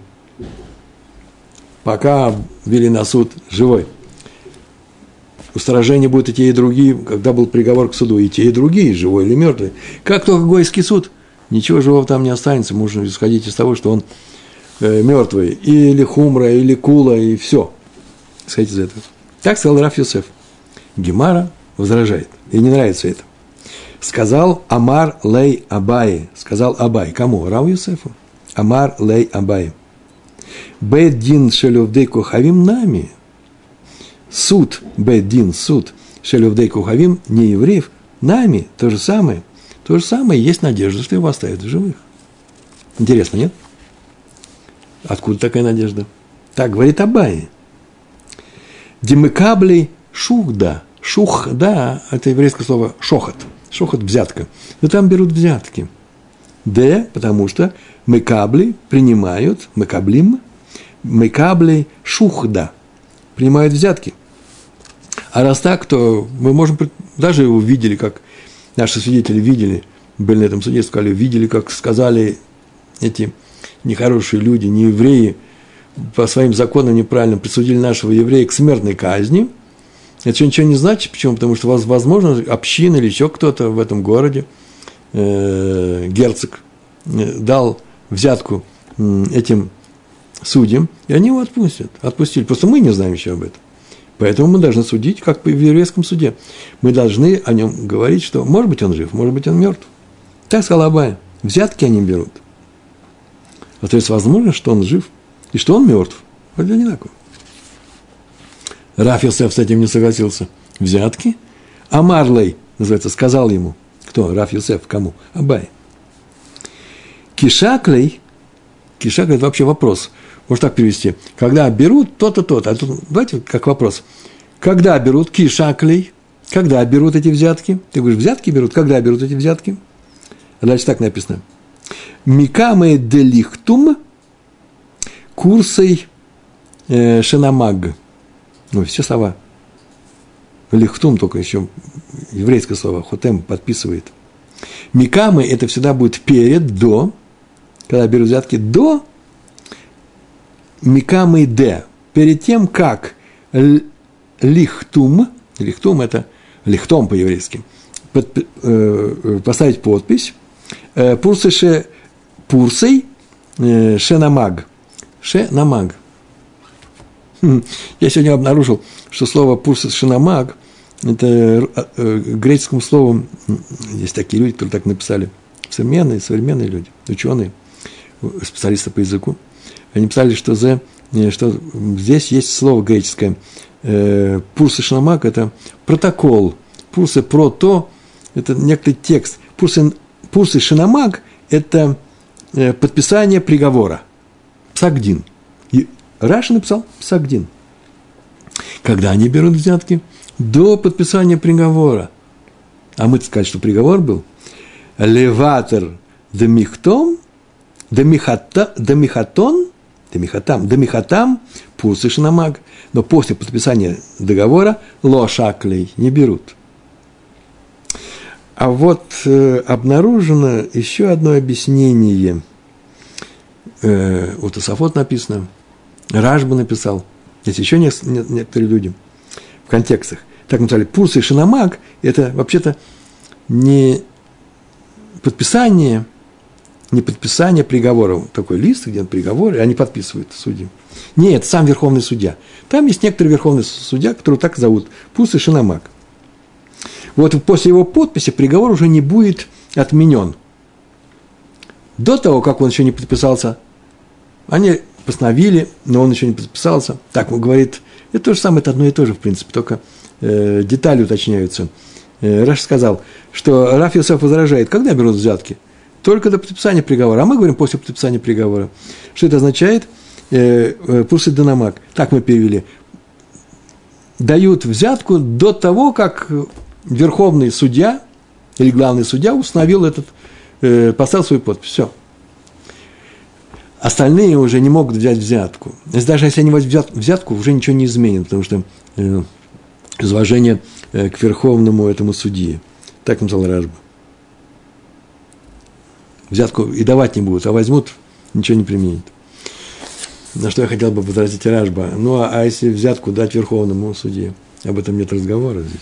Пока вели на суд живой, устражения будут и те, и другие, когда был приговор к суду, и те, и другие, живой или мертвый. Как только гойский суд, ничего живого там не останется, можно исходить из того, что он э, мертвый, или хумра, или кула, и все. Исходить из этого. Так сказал Рав Йосеф. Гемара возражает, ей не нравится это. Сказал Амар лей Абай, сказал Абай, кому? Рав Йосефу. Амар лей Абай. Бейдин шелювдей кохавим нами. Суд, бейдин, суд шелювдей кохавим, не евреев, нами, то же самое. То же самое, есть надежда, что его оставят в живых. Интересно, нет? Откуда такая надежда? Так говорит Абай. Димыкаблей шухда. Шухда – это еврейское слово шохот. Шохот – взятка. Но там берут взятки. Д, потому что мыкабли принимают, мыкаблим, мыкабли шухда, принимают взятки. А раз так, то мы можем, даже его видели, как наши свидетели видели, были на этом суде, сказали, видели, как сказали эти нехорошие люди, не евреи, по своим законам неправильно присудили нашего еврея к смертной казни. Это еще ничего не значит. Почему? Потому что, возможно, община или еще кто-то в этом городе, э, герцог, э, дал взятку э, этим судьям, и они его отпустят. Отпустили. Просто мы не знаем еще об этом. Поэтому мы должны судить, как в еврейском суде. Мы должны о нем говорить, что, может быть, он жив, может быть, он мертв. Так сказал Абай. Взятки они берут. А то есть, возможно, что он жив и что он мертв. Вот одинаково. Рав Йосеф с этим не согласился. Взятки? Амарлей, называется, сказал ему. Кто? Рав Йосеф. Кому? Абай. Кишаклей. Кишаклей – это вообще вопрос. Можно так перевести. Когда берут то-то, то-то. А тут, давайте как вопрос. Когда берут кишаклей? Когда берут эти взятки? Ты говоришь, взятки берут? Когда берут эти взятки? А дальше так написано. Микаме делихтум курсой э, шенамаг. Ну, все слова. Лихтум только еще еврейское слово. Хотем подписывает. Микамы – это всегда будет перед, до. Когда берут взятки, до. Микамы – де. Перед тем, как лихтум. Лихтум – это лихтом по-еврейски. Под, э, поставить подпись. Э, пурсы ше, пурсей э, шенамаг. Шенамаг. Я сегодня обнаружил, что слово «пурсес шинамаг» – это греческим словом, есть такие люди, которые так написали, современные, современные люди, ученые, специалисты по языку, они писали, что, зе, что здесь есть слово греческое «пурсы шнамак» – это протокол, «пурсы прото» – это некоторый текст, «пурсы, пурсы шинамак» – это подписание приговора, псагдин. И Раши написал псагдин. Когда они берут взятки? До подписания приговора. А мы-то сказали, что приговор был леватер демихтом, демихата, демихатон, демихатам, демихатам, пурсы шинамак. Но после подписания договора лошаклей не берут. А вот э, обнаружено еще одно объяснение. Э, у Тосафот написано, Рашба написал, есть еще не, не, некоторые люди в контекстах. Так написали, пурсы и шинамак – это вообще-то не подписание, не подписание приговора. Такой лист, где приговор, и они подписывают судьи. Нет, это сам верховный судья. Там есть некоторый верховный судья, которого так зовут, пурсы и шинамак. Вот после его подписи приговор уже не будет отменен. До того, как он еще не подписался, они постановили, но он еще не подписался. Так он говорит, это то же самое, это одно и то же, в принципе, только э, детали уточняются. Э, Раш сказал, что Рав Йосеф возражает, когда берут взятки? Только до подписания приговора. А мы говорим после подписания приговора. Что это означает? Э, э, Пурсы Данамак. Так мы перевели. Дают взятку до того, как верховный судья или главный судья установил этот, э, поставил свою подпись. Все. Остальные уже не могут взять взятку. Даже если они возьмут взятку, уже ничего не изменит, потому что э, из уважения э, к верховному этому судье. Так написал Рашба. Взятку и давать не будут, а возьмут, ничего не применят. На что я хотел бы возразить Рашба. Ну, а, а если взятку дать верховному судье? Об этом нет разговора здесь.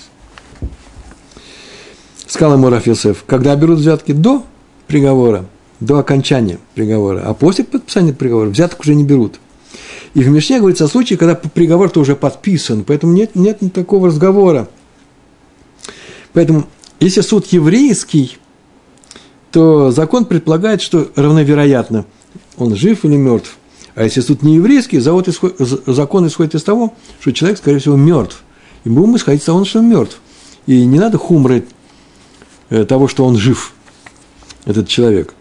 Сказал ему Рав Йосеф, когда берут взятки до приговора, до окончания приговора, а после подписания приговора взяток уже не берут. И в Мишне говорится о случае, когда приговор-то уже подписан, поэтому нет, нет такого разговора. Поэтому, если суд еврейский, то закон предполагает, что равновероятно, он жив или мертв. А если суд не еврейский, закон исходит из того, что человек, скорее всего, мертв. И будем исходить из того, что он мертв. И не надо хумрать того, что он жив, этот человек.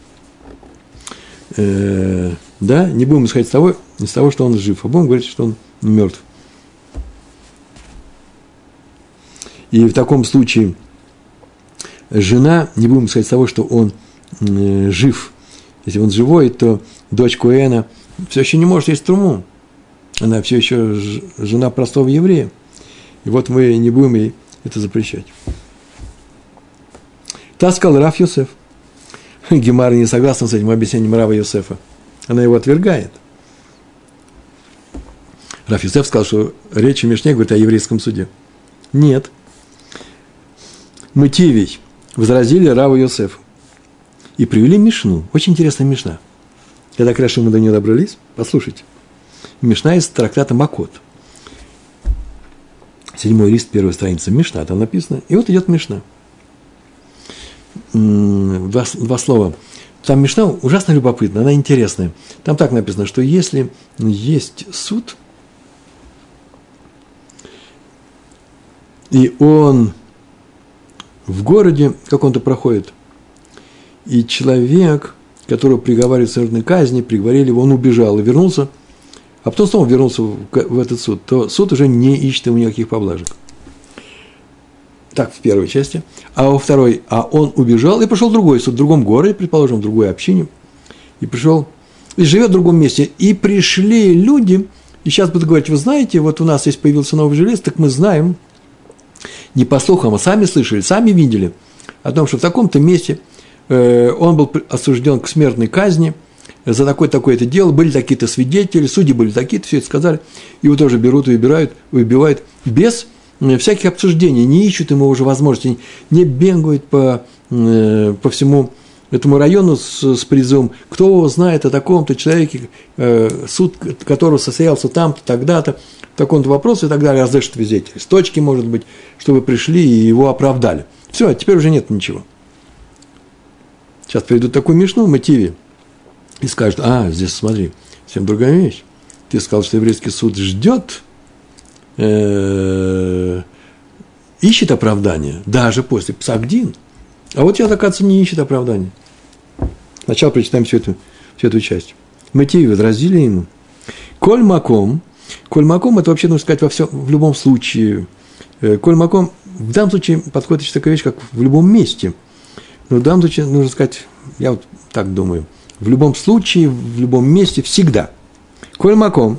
Э, да, не будем исходить из того, из того, что он жив, а будем говорить, что он мертв. И в таком случае жена, не будем исходить из того, что он э, жив. Если он живой, то дочь Коэна все еще не может есть труму. Она все еще жена простого еврея. И вот мы не будем ей это запрещать. Так сказал Рав Йосеф. Гемара не согласна с этим объяснением Рава Йосефа. Она его отвергает. Рав Йосеф сказал, что речь в Мишне говорит о еврейском суде. Нет. Мотивий возразили Раву Йосефу. И привели Мишну. Очень интересная Мишна. Когда к Раши мы до нее добрались, послушайте. Мишна из трактата Макот. Седьмой лист, первая страница Мишна, там написано. И вот идет Мишна. Два, два слова. Там Мишна ужасно любопытная, она интересная. Там так написано, что если есть суд, и он в городе каком-то проходит, и человек, которого приговаривают к смертной казни, приговорили его, он убежал и вернулся, а потом снова вернулся в, в этот суд, то суд уже не ищет ему никаких поблажек. Так, в первой части. А во второй, а он убежал и пошел в другой суд, в другом городе, предположим, в другой общине, и пришел, и живет в другом месте. И пришли люди, и сейчас будут говорить, вы знаете, вот у нас здесь появился новый жилец, так мы знаем, не по слухам, а сами слышали, сами видели о том, что в таком-то месте э, он был осужден к смертной казни за такое-такое-то дело, были такие-то свидетели, судьи были такие-то, все это сказали, его тоже берут и выбирают, выбивают без всяких обсуждений, не ищут ему уже возможности, не бегают по, э, по всему этому району с, с призывом, кто знает о таком-то человеке, э, суд которого состоялся там-то, тогда-то, в таком-то вопросе и так далее, разрешат везде. С точки, может быть, что вы пришли и его оправдали. Все, теперь уже нет ничего. Сейчас приведут такую мишну, мотиве. и скажут: а, здесь, смотри, совсем другая вещь. Ты сказал, что еврейский суд ждет, э, ищет оправдания, даже после псагдин. А вот сейчас, оказывается, не ищет оправдания. Сначала прочитаем всю эту, всю эту часть. Мы те и возразили ему. Коль маком, коль маком, это вообще нужно сказать во всем, в любом случае. Коль маком, в данном случае подходит еще такая вещь, как в любом месте. Но в данном случае нужно сказать, я вот так думаю, в любом случае, в любом месте, всегда. Коль маком,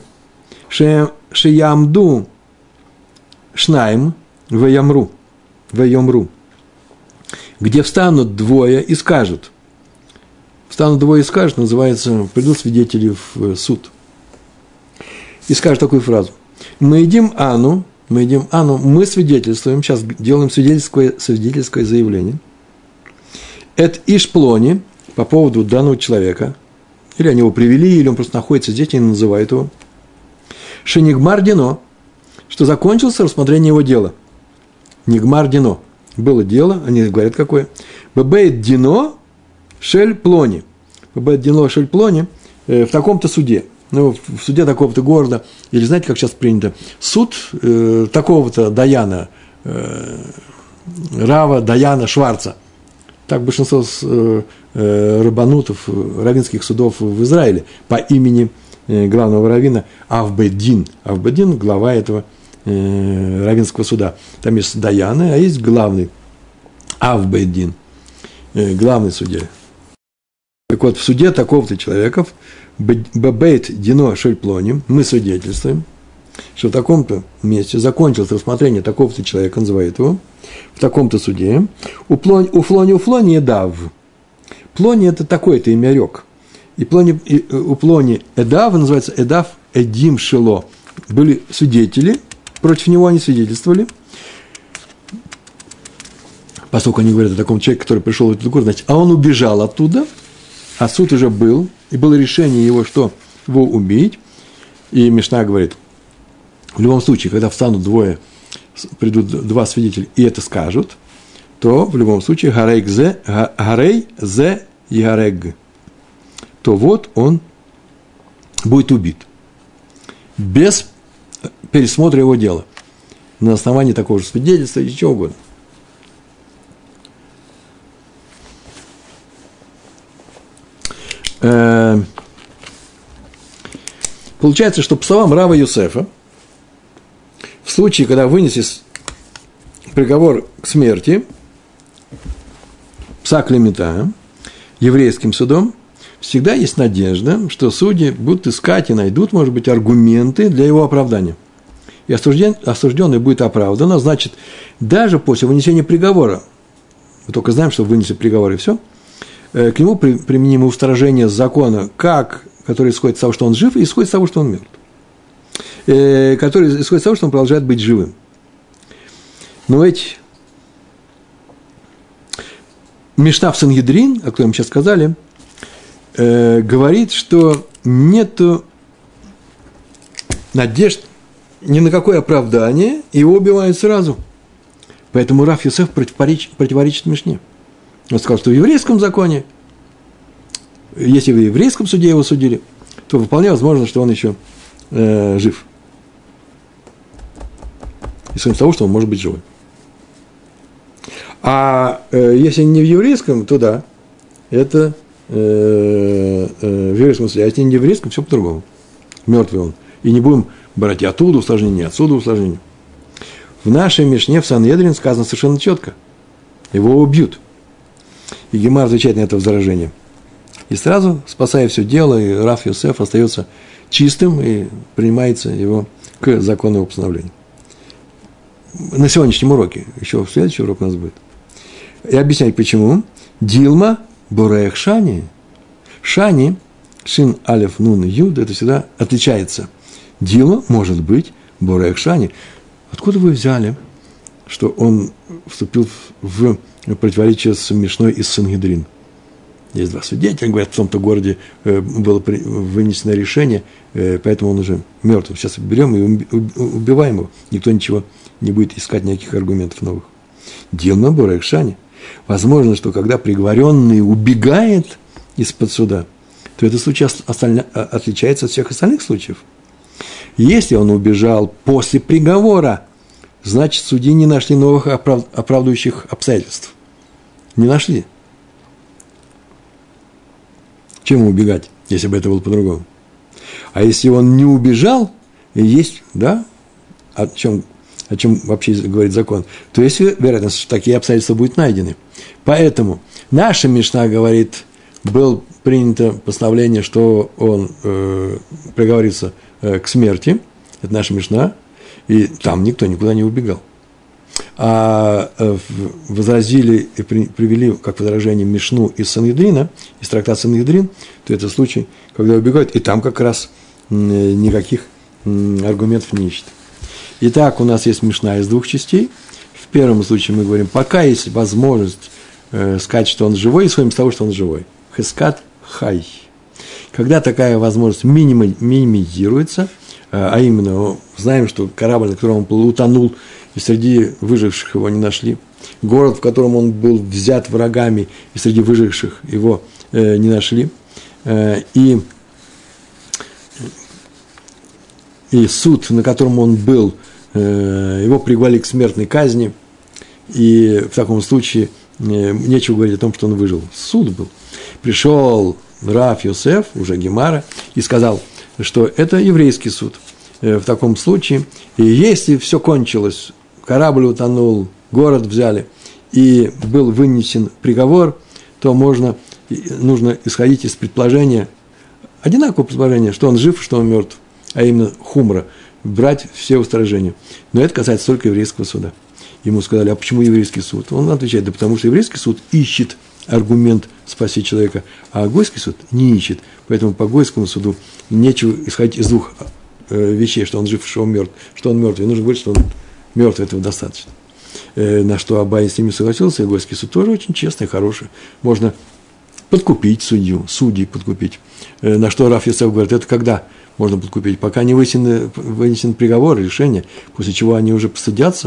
шеямду шнаим веямру, веямру, где встанут двое и скажут. Встанут двое и скажут, называется, придут свидетели в суд. И скажут такую фразу. Мы едим Ану, мы едим Ану, мы свидетельствуем, сейчас делаем свидетельское, свидетельское заявление. Это Ишплони по поводу данного человека. Или они его привели, или он просто находится здесь, и не называют его. Шенигмар дино, что закончилось рассмотрение его дела. Нигмар дино. Было дело, они говорят какое. Бебейт дино шель плони. Бебейт дино шель плони в таком-то суде. Ну, в суде такого-то города, или знаете, как сейчас принято, суд э, такого-то Даяна, э, Рава Даяна Шварца. Так большинство э, э, рабанутов, раввинских судов в Израиле по имени э, главного раввина Авбедин. Авбедин – глава этого э, раввинского суда. Там есть Даяны, а есть главный Авбедин, э, главный судья. Так вот, в суде такого-то человека, Бебейт Дино Шельплони, мы свидетельствуем, что в таком-то месте закончилось рассмотрение такого-то человека, называют его, в таком-то суде, у Плони, у Флони, у Флони Эдав. Плони – это такой-то имярек. И, Плони, и у Плони Эдав называется Эдав Эдим Шило. Были свидетели, против него они свидетельствовали. Поскольку они говорят о таком человеке, который пришел в этот город, значит, а он убежал оттуда, а суд уже был, и было решение его, что его убить. И Мишна говорит, в любом случае, когда встанут двое, придут два свидетеля, и это скажут, то в любом случае гарей зе, гарей зе и гарег, то вот он будет убит. Без пересмотра его дела. На основании такого же свидетельства или чего угодно. Получается, что по словам Рава Йосефа, в случае, когда вынесли приговор к смерти, псак лемита, еврейским судом, всегда есть надежда, что судьи будут искать и найдут, может быть, аргументы для его оправдания. И осужден, осужденный будет оправдан, а значит, даже после вынесения приговора, мы только знаем, что вынесли приговор и все, к нему применимо устражение закона, как, который исходит из того, что он жив, и исходит из того, что он мертв. Который исходит из того, что он продолжает быть живым. Но ведь Мишна в Сангедрин, о котором мы сейчас сказали, э, говорит, что нету надежд ни на какое оправдание, и его убивают сразу. Поэтому Рав Йосеф противоречит, противоречит Мишне. Он сказал, что в еврейском законе, если в еврейском суде его судили, то вполне возможно, что он еще э, жив. Исходя из того, что он может быть живой. А э, если не в еврейском, то да, это э, э, в еврейском суде. А если не в еврейском, все по-другому. Мертвый он. И не будем брать и оттуда усложнение, и отсюда усложнение. В нашей Мишне, в Санедрин, сказано совершенно четко. Его убьют. И Гемар отвечает на это возражение. И сразу, спасая все дело, и Рав Йосеф остается чистым и принимается его к законному постановлению. На сегодняшнем уроке, еще в следующий урок у нас будет. И объяснять почему. Дилма Борех Шани. Шани, Шин Алеф Нун Юд, это всегда отличается. Дилма может быть Борех Шани. Откуда вы взяли, что он вступил в противоречие с Мишной из Сангедрин? Есть два свидетеля, говорят, в том-то городе было вынесено решение, поэтому он уже мертв. Сейчас берем и убиваем его. Никто ничего не будет искать, никаких аргументов новых. Дилма Борех Шани. Возможно, что когда приговоренный убегает из-под суда, то этот случай остальня, отличается от всех остальных случаев. Если он убежал после приговора, значит, судьи не нашли новых оправ, оправдывающих обстоятельств. Не нашли. Чему убегать, если бы это было по-другому? А если он не убежал, есть, да, о чем, о чем вообще говорит закон, то есть вероятность, что такие обстоятельства будут найдены. Поэтому наша Мишна говорит, было принято постановление, что он э, приговорится э, к смерти, это наша Мишна, и там никто никуда не убегал. А э, возразили и при, привели как возражение Мишну из Сангедрина, из трактата Сангедрин, то это случай, когда убегают, и там как раз э, никаких э, аргументов не ищет. Итак, у нас есть Мишна из двух частей. В первом случае мы говорим, пока есть возможность э, сказать, что он живой, исходим из того, что он живой. Хескат хай. Когда такая возможность миними, минимизируется, э, а именно, знаем, что корабль, на котором он плыл, утонул, и среди выживших его не нашли. Город, в котором он был взят врагами, и среди выживших его э, не нашли. Э, и, и суд, на котором он был, э, его приговорили к смертной казни, и в таком случае э, нечего говорить о том, что он выжил. Суд был. Пришел Рав Йосеф, уже Гемара, и сказал, что это еврейский суд. Э, в таком случае, и если все кончилось, корабль утонул, город взяли, и был вынесен приговор, то можно, нужно исходить из предположения, одинакового предположения, что он жив, что он мертв, а именно хумра, брать все устражения. Но это касается только еврейского суда. Ему сказали, а почему еврейский суд? Он отвечает, да потому что еврейский суд ищет аргумент спасти человека, а гойский суд не ищет. Поэтому по гойскому суду нечего исходить из двух вещей, что он жив, что он мертв, что он мертв. И нужно говорить, что он мертв, этого достаточно. Э, на что Абай с ними согласился, и гойский суд тоже очень честный, хороший. Можно подкупить судью, судей подкупить. Э, на что Рав Йосеф говорит, это когда можно подкупить? Пока не вынесен, вынесен приговор, решение, после чего они уже постыдятся.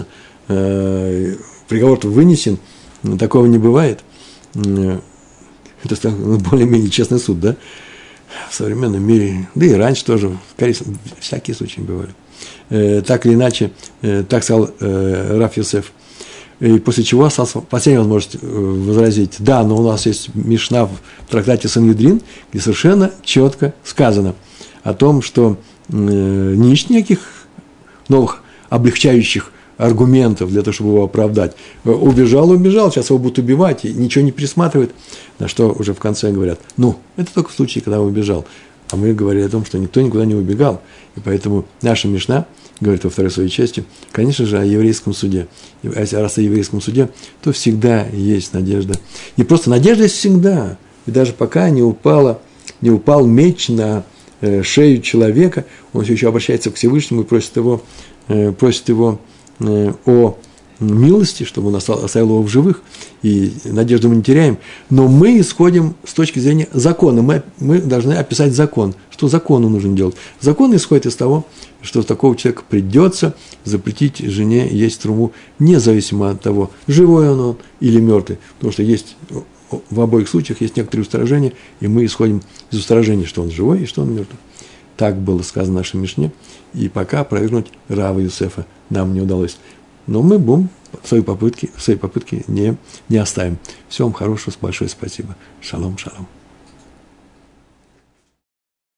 Э, приговор-то вынесен, такого не бывает. Э, это более-менее честный суд, да? В современном мире, да и раньше тоже, всякие случаи бывали. Э, так или иначе, э, так сказал э, Рав Йосеф. И после чего осталась последняя возможность возразить. Да, но у нас есть Мишна в трактате Сангедрин, где совершенно четко сказано о том, что э, не ищет никаких новых облегчающих аргументов для того, чтобы его оправдать. Убежал, убежал, сейчас его будут убивать, и ничего не пересматривают. На что уже в конце говорят, ну, это только в случае, когда он убежал. А мы говорили о том, что никто никуда не убегал. И поэтому наша Мишна говорит во второй своей части, конечно же, о еврейском суде. И если раз о еврейском суде, то всегда есть надежда. Не просто надежда есть всегда. И даже пока не, упала, не упал меч на э, шею человека, он все еще обращается к Всевышнему и просит его, э, просит его э, о милости, чтобы он оставил его в живых, и надежду мы не теряем, но мы исходим с точки зрения закона, мы, мы должны описать закон, что закону нужно делать. Закон исходит из того, что такого человека придется запретить жене есть труму, независимо от того, живой он или мертвый, потому что есть, в обоих случаях есть некоторые устражения, и мы исходим из устражения, что он живой и что он мертвый. Так было сказано в нашей Мишне, и пока опровергнуть Рава Йосефа нам не удалось. Но мы будем свои попытки, свои попытки не, не оставим. Всем вам хорошего, большое спасибо. Шалом, шалом.